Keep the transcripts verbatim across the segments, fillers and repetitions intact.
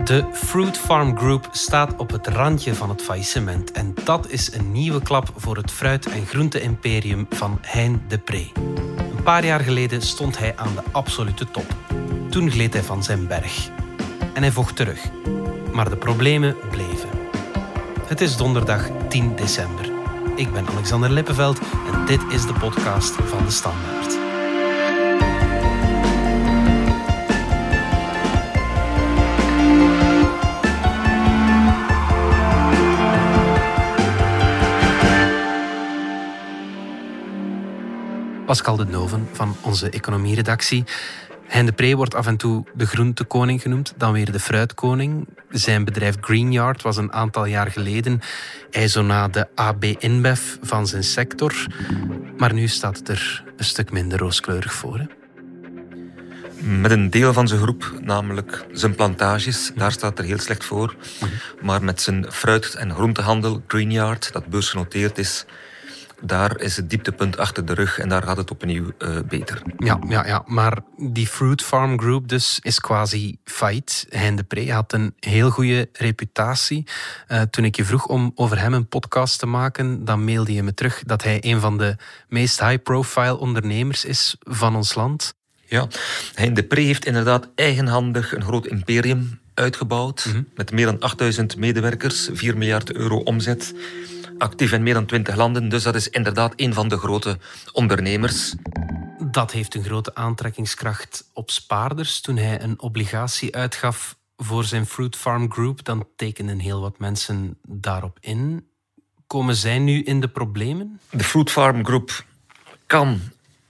De Fruit Farm Group staat op het randje van het faillissement. En dat is een nieuwe klap voor het fruit- en groente-imperium van Hein de Pre. Een paar jaar geleden stond hij aan de absolute top. Toen gleed hij van zijn berg. En hij vocht terug. Maar de problemen bleven. Het is donderdag tien december. Ik ben Alexander Lippenveld en dit is de podcast van De Standaard. Pascal de Noven van onze economieredactie. Hein de Pre wordt af en toe de groentekoning genoemd, dan weer de fruitkoning. Zijn bedrijf Greenyard was een aantal jaar geleden ijzona de A B InBev van zijn sector. Maar nu staat het er een stuk minder rooskleurig voor. Hè? Met een deel van zijn groep, namelijk zijn plantages, daar staat er heel slecht voor. Maar met zijn fruit- en groentehandel, Greenyard, dat beursgenoteerd is, daar is het dieptepunt achter de rug en daar gaat het opnieuw uh, beter. Ja, ja, ja, maar die Fruit Farm Group dus is quasi failliet. Hein de Pre had een heel goede reputatie. Uh, toen ik je vroeg om over hem een podcast te maken, dan mailde je me terug dat hij een van de meest high-profile ondernemers is van ons land. Ja, Hein de Pre heeft inderdaad eigenhandig een groot imperium uitgebouwd, mm-hmm. met meer dan achtduizend medewerkers, vier miljard euro omzet. Actief in meer dan twintig landen, dus dat is inderdaad een van de grote ondernemers. Dat heeft een grote aantrekkingskracht op spaarders. Toen hij een obligatie uitgaf voor zijn Fruit Farm Group, dan tekenden heel wat mensen daarop in. Komen zij nu in de problemen? De Fruit Farm Group kan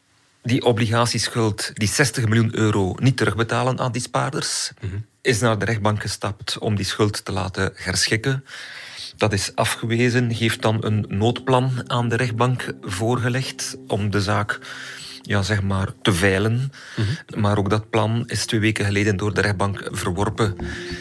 die obligatieschuld, die zestig miljoen euro, niet terugbetalen aan die spaarders. Mm-hmm. Is naar de rechtbank gestapt om die schuld te laten herschikken. Dat is afgewezen, heeft dan een noodplan aan de rechtbank voorgelegd om de zaak ja, zeg maar, te veilen. Mm-hmm. Maar ook dat plan is twee weken geleden door de rechtbank verworpen.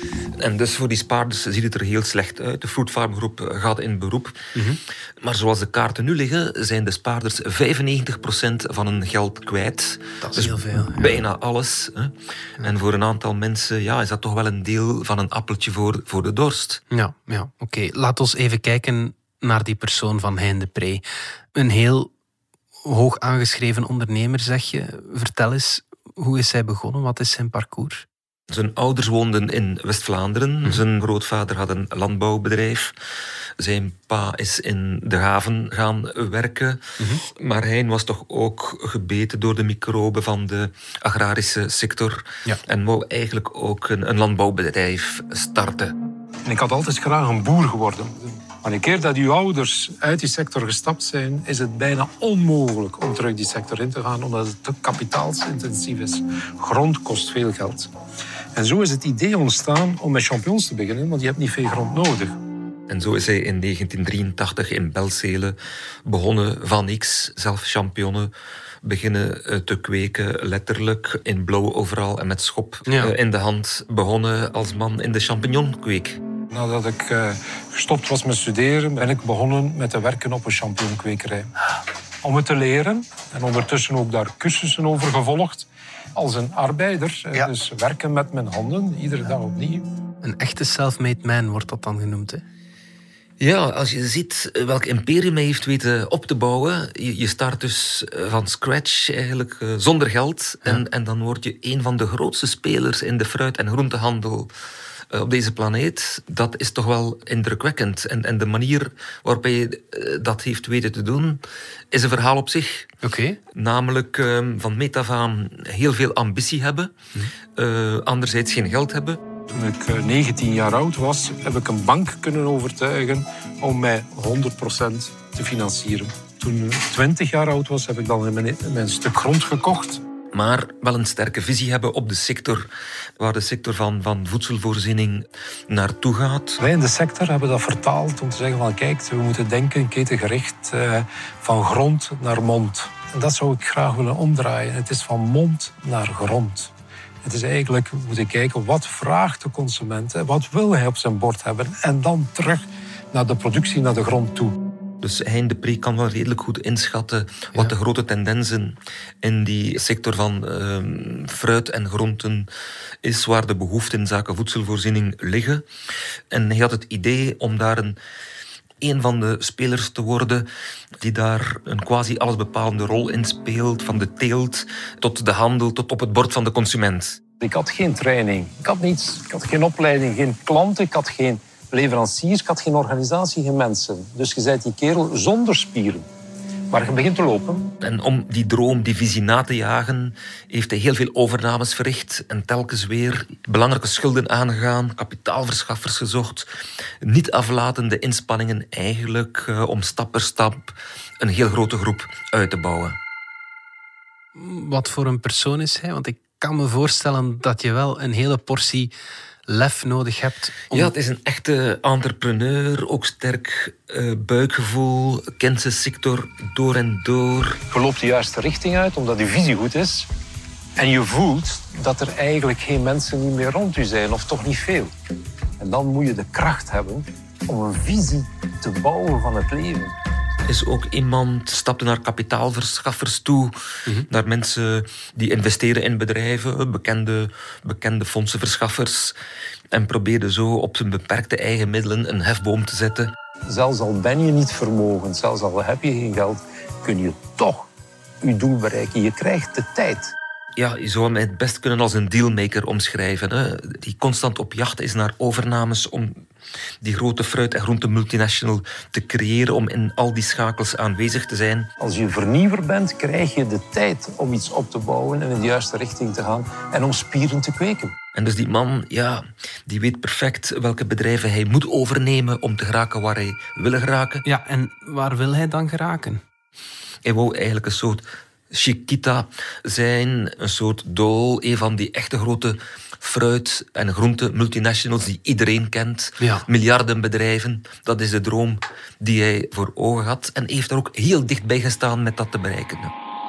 En dus voor die spaarders ziet het er heel slecht uit. De Fruit Farm Group gaat in beroep. Mm-hmm. Maar zoals de kaarten nu liggen, zijn de spaarders vijfennegentig procent van hun geld kwijt. Dat is dus heel veel. Ja. Bijna alles. Hè. Ja. En voor een aantal mensen ja, is dat toch wel een deel van een appeltje voor, voor de dorst. Ja, ja oké. Okay. Laat ons even kijken naar die persoon van Hein de Pre. Een heel hoog aangeschreven ondernemer, zeg je. Vertel eens, hoe is hij begonnen? Wat is zijn parcours? Zijn ouders woonden in West-Vlaanderen. Mm-hmm. Zijn grootvader had een landbouwbedrijf. Zijn pa is in de haven gaan werken. Mm-hmm. Maar hij was toch ook gebeten door de microben van de agrarische sector. Ja. En wou eigenlijk ook een, een landbouwbedrijf starten. En ik had altijd graag een boer geworden. Maar een keer dat uw ouders uit die sector gestapt zijn, is het bijna onmogelijk om terug die sector in te gaan, omdat het te kapitaalsintensief is. Grond kost veel geld. En zo is het idee ontstaan om met champignons te beginnen, want je hebt niet veel grond nodig. En zo is hij in negentien drieëntachtig in Belzele begonnen van niks, zelf champignonnen beginnen te kweken, letterlijk in blauw overal en met schop ja. in de hand begonnen als man in de champignonkweek. Nadat ik uh, gestopt was met studeren, ben ik begonnen met te werken op een champignonkwekerij. Om het te leren en ondertussen ook daar cursussen over gevolgd. Als een arbeider, ja. dus werken met mijn handen, iedere dag opnieuw. Een echte self-made man wordt dat dan genoemd, hè? Ja, als je ziet welk imperium hij heeft weten op te bouwen. Je, je start dus van scratch eigenlijk uh, zonder geld. Ja. En, en dan word je een van de grootste spelers in de fruit- en groentehandel uh, op deze planeet. Dat is toch wel indrukwekkend. En, en de manier waarop hij uh, dat heeft weten te doen, is een verhaal op zich. Okay. Namelijk uh, van meet af aan heel veel ambitie hebben. Hm. Uh, anderzijds geen geld hebben. Toen ik negentien jaar oud was, heb ik een bank kunnen overtuigen om mij honderd procent te financieren. Toen ik twintig jaar oud was, heb ik dan mijn, mijn stuk grond gekocht. Maar wel een sterke visie hebben op de sector, waar de sector van, van voedselvoorziening naartoe gaat. Wij in de sector hebben dat vertaald om te zeggen van kijk, we moeten denken ketengericht uh, van grond naar mond. En dat zou ik graag willen omdraaien. Het is van mond naar grond. Het is eigenlijk, we moeten kijken, wat vraagt de consument? Wat wil hij op zijn bord hebben? En dan terug naar de productie, naar de grond toe. Dus Hein de Pre kan wel redelijk goed inschatten wat Ja. de grote tendensen in die sector van uh, fruit en groenten is, waar de behoeften in zaken voedselvoorziening liggen. En hij had het idee om daar een, een van de spelers te worden die daar een quasi allesbepalende rol in speelt, van de teelt tot de handel, tot op het bord van de consument. Ik had geen training, ik had niets, ik had geen opleiding, geen klanten, ik had geen leveranciers, ik had geen organisatie, geen mensen. Dus je bent die kerel zonder spieren. Maar je begint te lopen. En om die droom, die visie na te jagen, heeft hij heel veel overnames verricht en telkens weer belangrijke schulden aangegaan, kapitaalverschaffers gezocht, niet aflatende inspanningen eigenlijk uh, om stap per stap een heel grote groep uit te bouwen. Wat voor een persoon is hij? Want ik kan me voorstellen dat je wel een hele portie lef nodig hebt. Om... Ja, het is een echte entrepreneur, ook sterk uh, buikgevoel, kent zijn sector door en door. Je loopt de juiste richting uit, omdat je visie goed is. En je voelt dat er eigenlijk geen mensen niet meer rond u zijn, of toch niet veel. En dan moet je de kracht hebben om een visie te bouwen van het leven. Is ook iemand, stapte naar kapitaalverschaffers toe, mm-hmm. naar mensen die investeren in bedrijven, bekende, bekende fondsenverschaffers, en probeerde zo op zijn beperkte eigen middelen een hefboom te zetten. Zelfs al ben je niet vermogend, zelfs al heb je geen geld, kun je toch je doel bereiken. Je krijgt de tijd. Ja, je zou hem het best kunnen als een dealmaker omschrijven. Hè? Die constant op jacht is naar overnames om die grote fruit- en groente multinational te creëren, om in al die schakels aanwezig te zijn. Als je vernieuwer bent, krijg je de tijd om iets op te bouwen en in de juiste richting te gaan en om spieren te kweken. En dus die man, ja, die weet perfect welke bedrijven hij moet overnemen om te geraken waar hij wil geraken. Ja, en waar wil hij dan geraken? Hij wou eigenlijk een soort Chiquita zijn, een soort Dole, een van die echte grote fruit- en groente multinationals die iedereen kent. Ja. Miljardenbedrijven, dat is de droom die hij voor ogen had. En heeft er ook heel dichtbij gestaan met dat te bereiken.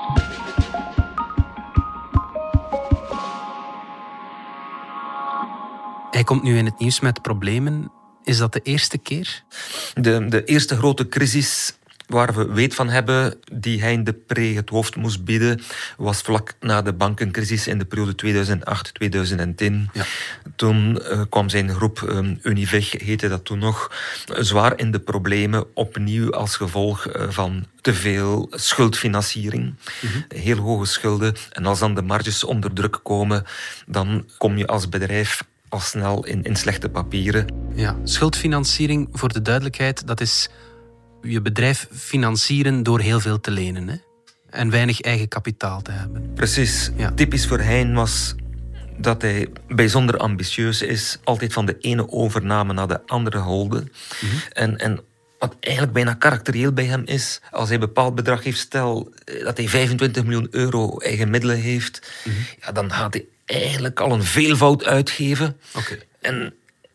Hij komt nu in het nieuws met problemen. Is dat de eerste keer? De, de eerste grote crisis waar we weet van hebben, die Hein de Pre het hoofd moest bieden, was vlak na de bankencrisis in de periode tweeduizend acht tot tweeduizend tien. Ja. Toen uh, kwam zijn groep, um, Univeg heette dat toen nog, uh, zwaar in de problemen, opnieuw als gevolg uh, van te veel schuldfinanciering. Mm-hmm. Heel hoge schulden. En als dan de marges onder druk komen, dan kom je als bedrijf al snel in, in slechte papieren. Ja, schuldfinanciering, voor de duidelijkheid, dat is je bedrijf financieren door heel veel te lenen, hè? En weinig eigen kapitaal te hebben. Precies. Ja. Typisch voor Hein was dat hij bijzonder ambitieus is, altijd van de ene overname naar de andere holde. Mm-hmm. En, en wat eigenlijk bijna karakterieel bij hem is, als hij een bepaald bedrag heeft, stel dat hij vijfentwintig miljoen euro eigen middelen heeft, mm-hmm. ja, dan gaat hij eigenlijk al een veelvoud uitgeven. Okay. En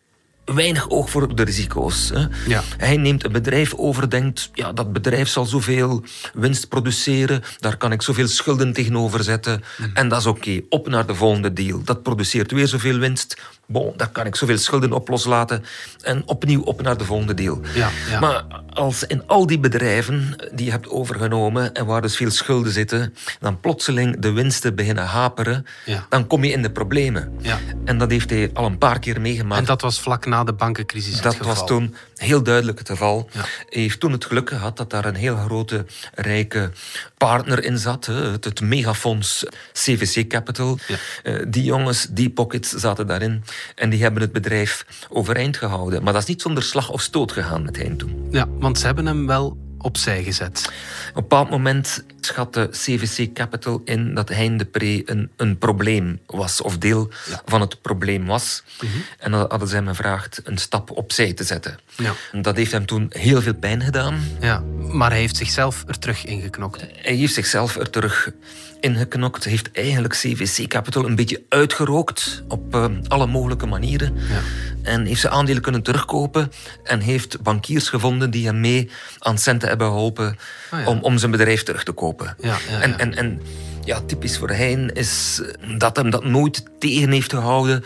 weinig oog voor de risico's. Hè. Ja. Hij neemt een bedrijf over, denkt, ja, dat bedrijf zal zoveel winst produceren, daar kan ik zoveel schulden tegenover zetten, mm. en dat is oké. Okay. Op naar de volgende deal. Dat produceert weer zoveel winst. Bon, daar kan ik zoveel schulden op loslaten. En opnieuw op naar de volgende deal. Ja, ja. Maar als in al die bedrijven die je hebt overgenomen en waar dus veel schulden zitten, dan plotseling de winsten beginnen haperen, ja. dan kom je in de problemen. Ja. En dat heeft hij al een paar keer meegemaakt. En dat was vlak na de bankencrisis het Dat geval. was toen heel duidelijk het geval. Ja. Hij heeft toen het geluk gehad dat daar een heel grote, rijke partner in zat. Het, het megafonds C V C Capital. Ja. Uh, die jongens, die pockets zaten daarin. En die hebben het bedrijf overeind gehouden. Maar dat is niet zonder slag of stoot gegaan met Hein toen. Ja, want ze hebben hem wel opzij gezet. Op een bepaald moment schatte C V C Capital in dat Hein de Pre een, een probleem was, of deel ja. van het probleem was. Mm-hmm. En dan hadden ze hem gevraagd een stap opzij te zetten. Ja. En dat heeft hem toen heel veel pijn gedaan. Ja, maar hij heeft zichzelf er terug ingeknokt. Hij heeft zichzelf er terug ingeknokt. Heeft eigenlijk C V C Capital een beetje uitgerookt op uh, alle mogelijke manieren. Ja. En heeft zijn aandelen kunnen terugkopen en heeft bankiers gevonden die hem mee aan centen hebben geholpen oh ja. om, om zijn bedrijf terug te kopen. Ja, ja, ja. En, en, en ja, typisch voor Hein is dat hem dat nooit tegen heeft gehouden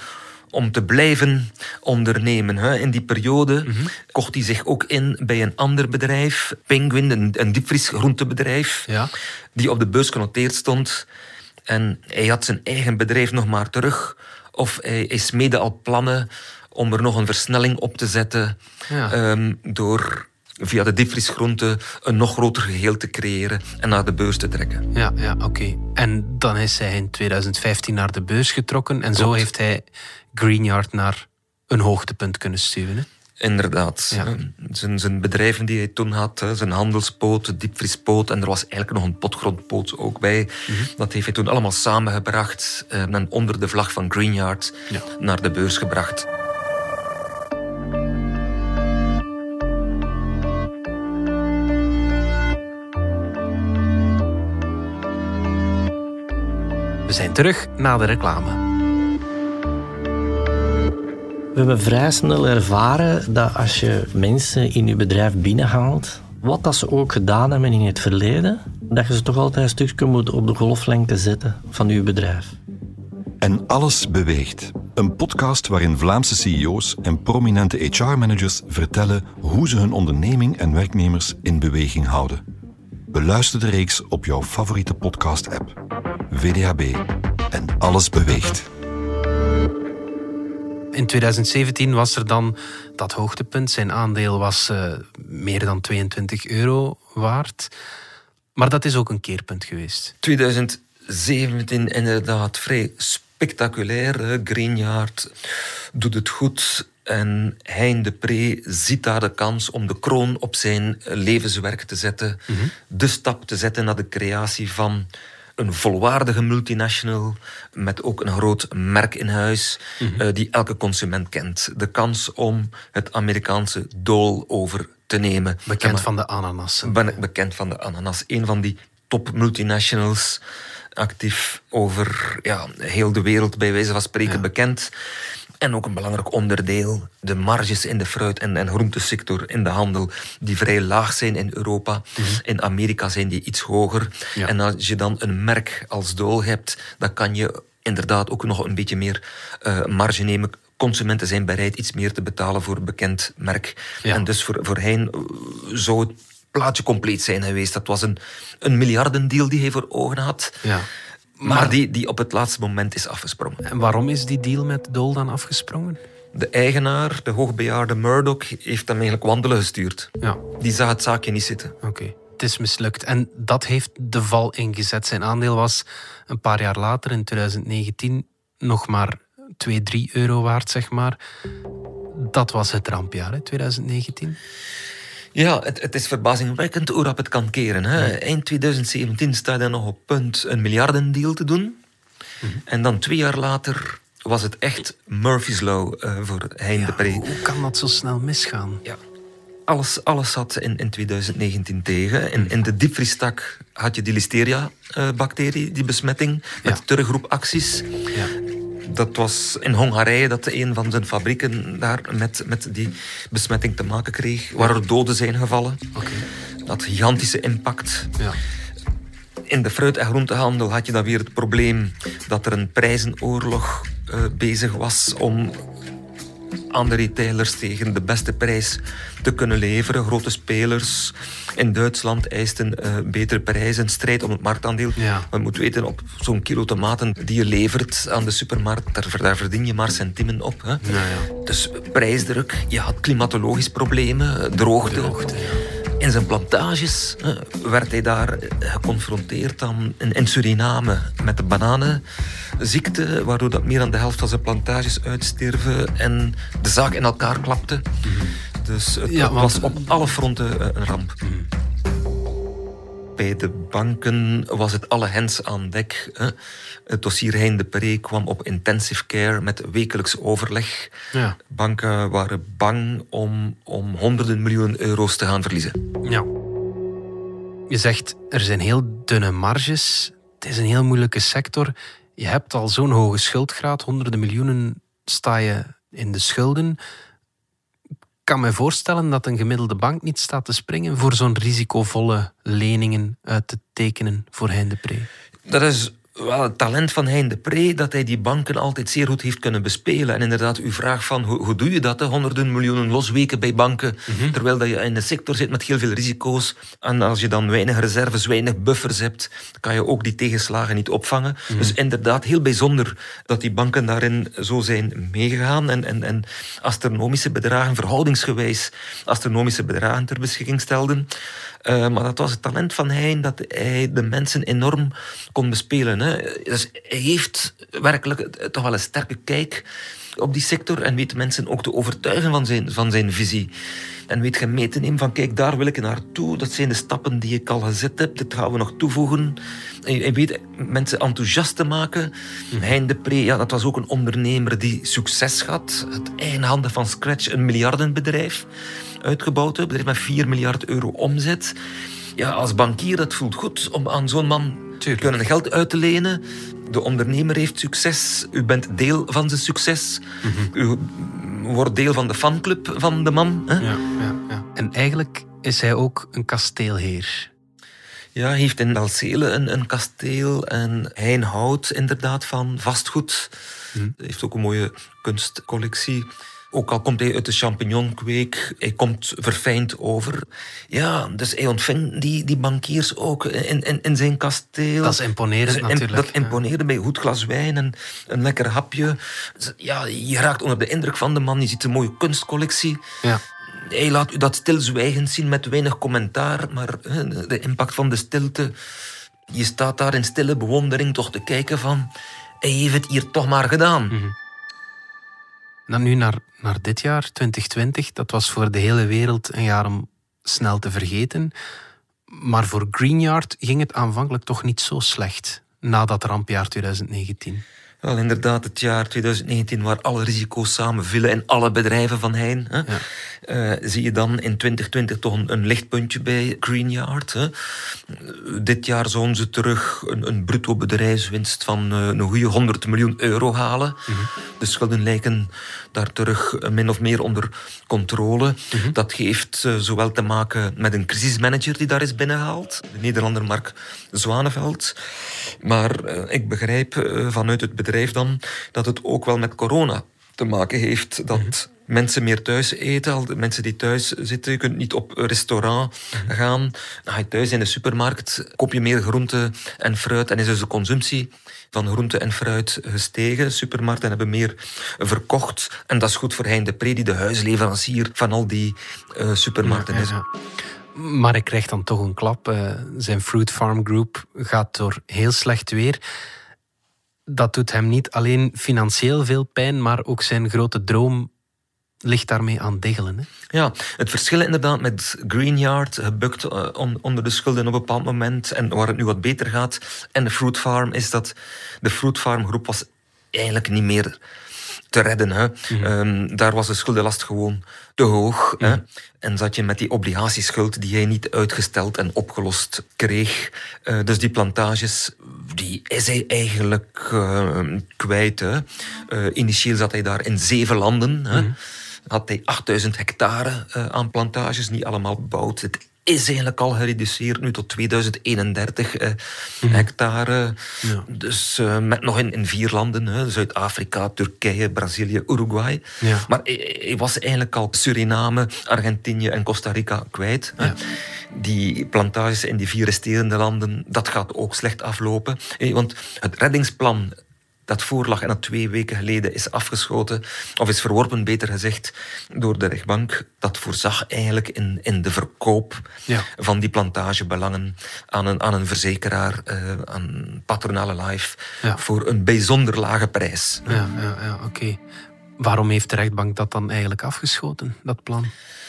om te blijven ondernemen. In die periode mm-hmm. kocht hij zich ook in bij een ander bedrijf, Penguin, een, een diepvriesgroentebedrijf, ja. die op de beurs genoteerd stond. En hij had zijn eigen bedrijf nog maar terug. Of hij, hij smeedde al plannen om er nog een versnelling op te zetten ja. um, door via de diepvriesgroenten een nog groter geheel te creëren en naar de beurs te trekken. Ja, ja oké. Okay. En dan is hij in twintig vijftien naar de beurs getrokken en Klopt. Zo heeft hij Greenyard naar een hoogtepunt kunnen stuwen. Hè? Inderdaad. Ja. Zijn, zijn bedrijven die hij toen had, zijn handelspoot, diepvriespoot en er was eigenlijk nog een potgrondpoot ook bij. Mm-hmm. Dat heeft hij toen allemaal samengebracht en onder de vlag van Greenyard ja. naar de beurs gebracht. We zijn terug na de reclame. We hebben vrij snel ervaren dat als je mensen in je bedrijf binnenhaalt, wat dat ze ook gedaan hebben in het verleden, dat je ze toch altijd een stukje moet op de golflengte zetten van je bedrijf. En alles beweegt. Een podcast waarin Vlaamse C E O's en prominente H R-managers vertellen hoe ze hun onderneming en werknemers in beweging houden. Beluister de reeks op jouw favoriete podcast-app. V D H B. En alles beweegt. In twintig zeventien was er dan dat hoogtepunt. Zijn aandeel was uh, meer dan tweeëntwintig euro waard. Maar dat is ook een keerpunt geweest. twintig zeventien inderdaad vrij spectaculair. Greenyard doet het goed. En Hein de Pre ziet daar de kans om de kroon op zijn levenswerk te zetten. Mm-hmm. De stap te zetten naar de creatie van een volwaardige multinational met ook een groot merk in huis mm-hmm. uh, die elke consument kent. De kans om het Amerikaanse Dole over te nemen. Bekend maar, van de ananas. Ben ik bekend van de ananas. Een van die top multinationals, actief over ja, heel de wereld, bij wijze van spreken ja. bekend. En ook een belangrijk onderdeel, de marges in de fruit- en, en groentesector in de handel, die vrij laag zijn in Europa. Mm-hmm. In Amerika zijn die iets hoger. Ja. En als je dan een merk als Dole hebt, dan kan je inderdaad ook nog een beetje meer uh, marge nemen. Consumenten zijn bereid iets meer te betalen voor een bekend merk. Ja. En dus voor, voor Hein zou het plaatje compleet zijn geweest. Dat was een, een miljardendeal die hij voor ogen had. Ja. Maar, maar die, die op het laatste moment is afgesprongen. En waarom is die deal met Dole dan afgesprongen? De eigenaar, de hoogbejaarde Murdoch, heeft hem eigenlijk wandelen gestuurd. Ja. Die zag het zaakje niet zitten. Oké, okay. Het is mislukt. En dat heeft de val ingezet. Zijn aandeel was een paar jaar later, in twintig negentien, nog maar twee, drie euro waard, zeg maar. Dat was het rampjaar, hè, twintig negentien. Ja, het, het is verbazingwekkend hoe rap het kan keren. Hè. Ja. Eind twintig zeventien staat hij nog op punt een miljardendeal te doen. Mm-hmm. En dan twee jaar later was het echt Murphy's Law uh, voor Hein ja, de Pre. Hoe kan dat zo snel misgaan? Ja. Alles, alles zat in, in twintig negentien tegen. In, in de diepvriestak had je die listeria-bacterie, die besmetting, met ja. teruggroepacties. Ja. Dat was in Hongarije dat een van zijn fabrieken daar met, met die besmetting te maken kreeg, waar er doden zijn gevallen. Okay. Dat had gigantische impact. Ja. In de fruit- en groentehandel had je dan weer het probleem dat er een prijzenoorlog uh, bezig was om aan de retailers tegen de beste prijs te kunnen leveren. Grote spelers in Duitsland eisten uh, betere prijzen, strijd om het marktaandeel. Ja. We moeten weten, op zo'n kilo tomaten die je levert aan de supermarkt, daar, daar verdien je maar centimen op. Hè. Ja, ja. Dus prijsdruk, je had klimatologisch problemen, droogte. droogte ja. In zijn plantages uh, werd hij daar geconfronteerd dan in, in Suriname met de bananenziekte, waardoor dat meer dan de helft van zijn plantages uitsterven en de zaak in elkaar klapte. Mm-hmm. Dus het ja, was want... op alle fronten een ramp. Mm-hmm. Bij de banken was het alle hens aan dek. Hè. Het dossier Hein de Pre kwam op intensive care met wekelijks overleg. Ja. Banken waren bang om, om honderden miljoenen euro's te gaan verliezen. Ja. Je zegt, er zijn heel dunne marges. Het is een heel moeilijke sector. Je hebt al zo'n hoge schuldgraad. Honderden miljoenen sta je in de schulden. Ik kan me voorstellen dat een gemiddelde bank niet staat te springen voor zo'n risicovolle leningen uit te tekenen voor Hein de Pre. Dat is Wel, het talent van Hein de Pre, dat hij die banken altijd zeer goed heeft kunnen bespelen. En inderdaad, uw vraag van, hoe, hoe doe je dat? Hè? Honderden miljoenen losweken bij banken, mm-hmm. terwijl dat je in een sector zit met heel veel risico's. En als je dan weinig reserves, weinig buffers hebt, kan je ook die tegenslagen niet opvangen. Mm-hmm. Dus inderdaad, heel bijzonder dat die banken daarin zo zijn meegegaan en, en, en astronomische bedragen, verhoudingsgewijs astronomische bedragen ter beschikking stelden. Uh, maar dat was het talent van Hein, dat hij de mensen enorm kon bespelen. Hè. Dus hij heeft werkelijk toch wel een sterke kijk op die sector en weet mensen ook te overtuigen van zijn, van zijn visie. En weet je mee te nemen van, kijk, daar wil ik naartoe. Dat zijn de stappen die ik al gezet heb. Dit gaan we nog toevoegen. En hij weet mensen enthousiast te maken. Mm. Hein de Pre, ja, dat was ook een ondernemer die succes had. Het eigenhandig van scratch een miljardenbedrijf uitgebouwd. Een bedrijf met vier miljard euro omzet. Ja, als bankier, dat voelt goed om aan zo'n man te kunnen geld uit te lenen. De ondernemer heeft succes. U bent deel van zijn succes. Mm-hmm. U wordt deel van de fanclub van de man. Hè? Ja, ja, ja. En eigenlijk is hij ook een kasteelheer. Ja, hij heeft in Alcele een, een kasteel en hij houdt inderdaad van vastgoed. Mm. Hij heeft ook een mooie kunstcollectie. Ook al komt hij uit de champignonkweek, hij komt verfijnd over. Ja, dus hij ontvangt die, die bankiers ook in, in, in zijn kasteel. Dat is imponerend dus, natuurlijk. Dat imponeerde bij goed glas wijn en een lekker hapje. Ja, je raakt onder de indruk van de man, je ziet een mooie kunstcollectie. Ja. Hij laat u dat stilzwijgend zien met weinig commentaar, maar de impact van de stilte. Je staat daar in stille bewondering toch te kijken van, hij heeft het hier toch maar gedaan. Mm-hmm. Dan nu naar, naar dit jaar, twintig twintig. Dat was voor de hele wereld een jaar om snel te vergeten. Maar voor Greenyard ging het aanvankelijk toch niet zo slecht na dat rampjaar twintig negentien. Wel, inderdaad, het jaar twintig negentien waar alle risico's samenvielen in alle bedrijven van Hein. Hè. Ja. Uh, zie je dan in twintig twintig toch een, een lichtpuntje bij Greenyard. Hè. Dit jaar zouden ze terug een, een bruto bedrijfswinst van uh, een goede honderd miljoen euro halen. Mm-hmm. De schulden lijken daar terug uh, min of meer onder controle. Mm-hmm. Dat heeft uh, zowel te maken met een crisismanager die daar is binnengehaald, de Nederlander Mark Zwaneveld. Maar uh, ik begrijp uh, vanuit het bedrijf dan dat het ook wel met corona te maken heeft. Dat mm-hmm. mensen meer thuis eten. Al de mensen die thuis zitten, je kunt niet op restaurant mm-hmm. gaan. Dan ga je thuis in de supermarkt, koop je meer groente en fruit en is dus de consumptie van groente en fruit gestegen. Supermarkten hebben meer verkocht. En dat is goed voor Hein de Pre, die de huisleverancier van al die uh, supermarkten is. Ja, ja, ja. Maar hij krijgt dan toch een klap. Uh, zijn Fruit Farm Group gaat door heel slecht weer. Dat doet hem niet alleen financieel veel pijn, maar ook zijn grote droom ligt daarmee aan diggelen. Hè? Ja, het verschil inderdaad met Greenyard, gebukt uh, on, onder de schulden op een bepaald moment en waar het nu wat beter gaat, en de Fruit Farm, is dat de Fruit Farm groep was eigenlijk niet meer te redden. Hè. Mm-hmm. Um, daar was de schuldenlast gewoon te hoog. Mm-hmm. Hè. En zat je met die obligatieschuld die hij niet uitgesteld en opgelost kreeg. Uh, dus die plantages, die is hij eigenlijk uh, kwijt. Hè. Uh, initieel zat hij daar in zeven landen. Mm-hmm. Hè. Had hij achtduizend hectare uh, aan plantages, niet allemaal bebouwd. Het is eigenlijk al gereduceerd nu tot tweeduizend eenendertig uh, mm-hmm. hectare. Ja. Dus uh, met nog in, in vier landen, hè, Zuid-Afrika, Turkije, Brazilië, Uruguay. Ja. Maar hij, hij was eigenlijk al Suriname, Argentinië en Costa Rica kwijt. Ja. Hè. Die plantages in die vier resterende landen, dat gaat ook slecht aflopen. Want het reddingsplan dat voorlag en dat twee weken geleden is afgeschoten, of is verworpen, beter gezegd, door de rechtbank, dat voorzag eigenlijk in, in de verkoop ja. van die plantagebelangen aan een, aan een verzekeraar, uh, aan Patronale Life, ja. voor een bijzonder lage prijs. Ja, ja, ja oké. Okay. Waarom heeft de rechtbank dat dan eigenlijk afgeschoten, dat plan?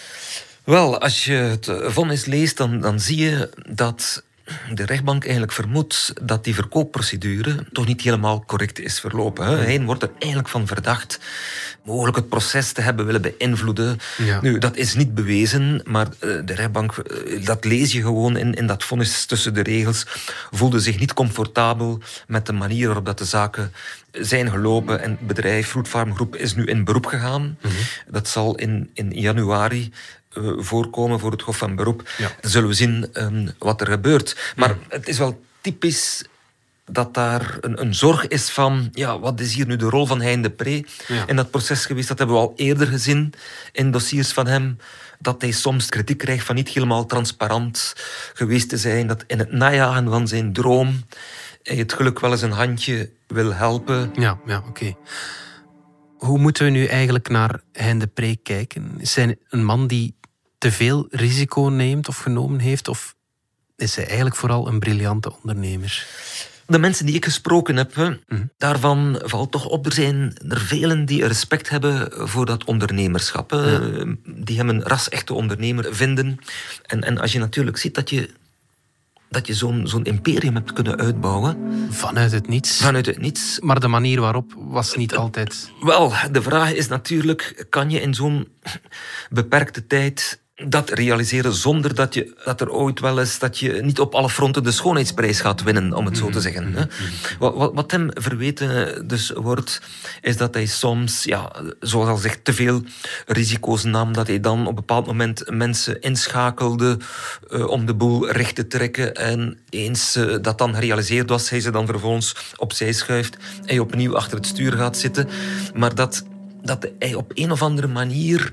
Wel, als je het vonnis leest, dan, dan zie je dat de rechtbank eigenlijk vermoedt dat die verkoopprocedure toch niet helemaal correct is verlopen. Hè. Hij wordt er eigenlijk van verdacht mogelijk het proces te hebben willen beïnvloeden. Ja. Nu, dat is niet bewezen, maar de rechtbank, dat lees je gewoon in, in dat vonnis tussen de regels, voelde zich niet comfortabel met de manier waarop dat de zaken zijn gelopen. En het bedrijf Fruit Farm Groep is nu in beroep gegaan. Mm-hmm. Dat zal in, in januari voorkomen voor het Hof van Beroep. Ja. Dan zullen we zien um, wat er gebeurt. Maar ja. het is wel typisch dat daar een, een zorg is van, ja, wat is hier nu de rol van Hein de Pre Ja. in dat proces geweest? Dat hebben we al eerder gezien in dossiers van hem, dat hij soms kritiek krijgt van niet helemaal transparant geweest te zijn, dat in het najagen van zijn droom hij het geluk wel eens een handje wil helpen. Ja, ja, oké. Okay. Hoe moeten we nu eigenlijk naar Hein de Pre kijken? Is hij een man die te veel risico neemt of genomen heeft, of is hij eigenlijk vooral een briljante ondernemer? De mensen die ik gesproken heb, Mm. daarvan valt toch op, er zijn er velen die respect hebben voor dat ondernemerschap. Ja. Die hem een ras-echte ondernemer vinden. En, en als je natuurlijk ziet dat je, dat je zo'n, zo'n imperium hebt kunnen uitbouwen. Vanuit het niets. Vanuit het niets. Maar de manier waarop was niet altijd... Wel, de vraag is natuurlijk, kan je in zo'n beperkte tijd dat realiseren zonder dat, je, dat er ooit wel eens, dat je niet op alle fronten de schoonheidsprijs gaat winnen, om het zo te zeggen. Hè. Wat, wat, wat hem verweten dus wordt, is dat hij soms, ja, zoals al zegt, te veel risico's nam, dat hij dan op een bepaald moment mensen inschakelde uh, om de boel recht te trekken en eens uh, dat dan gerealiseerd was, hij ze dan vervolgens opzij schuift en hij opnieuw achter het stuur gaat zitten. Maar dat, dat hij op een of andere manier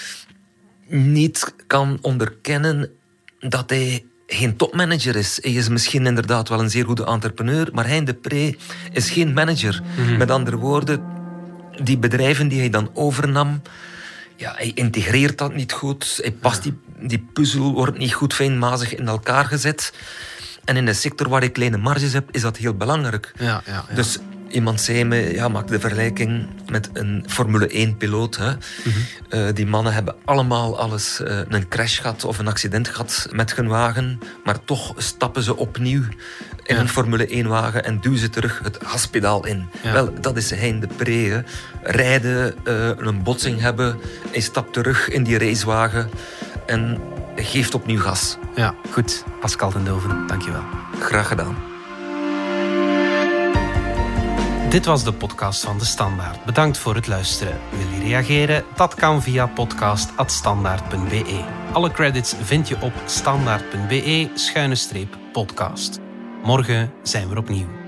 niet kan onderkennen dat hij geen topmanager is. Hij is misschien inderdaad wel een zeer goede entrepreneur, maar Hein de Pre is geen manager. Mm-hmm. Met andere woorden, die bedrijven die hij dan overnam, ja, hij integreert dat niet goed. Hij past die, die puzzel wordt niet goed fijnmazig in elkaar gezet. En in een sector waar je kleine marges hebt, is dat heel belangrijk. Ja, ja, ja. Dus iemand zei me, ja, maak de vergelijking met een Formule één-piloot. Hè. Mm-hmm. Uh, die mannen hebben allemaal alles uh, een crash gehad of een accident gehad met hun wagen, maar toch stappen ze opnieuw in ja. een Formule één-wagen en duwen ze terug het gaspedaal in. Ja. Wel, dat is Hein de Pre. Hè. Rijden, uh, een botsing hebben, hij stapt terug in die racewagen en geeft opnieuw gas. Ja, goed. Pascal Den Doven, dankjewel. Graag gedaan. Dit was de podcast van De Standaard. Bedankt voor het luisteren. Wil je reageren? Dat kan via podcast at standaard punt b e. Alle credits vind je op standaard punt b e schuine streep podcast. Morgen zijn we er opnieuw.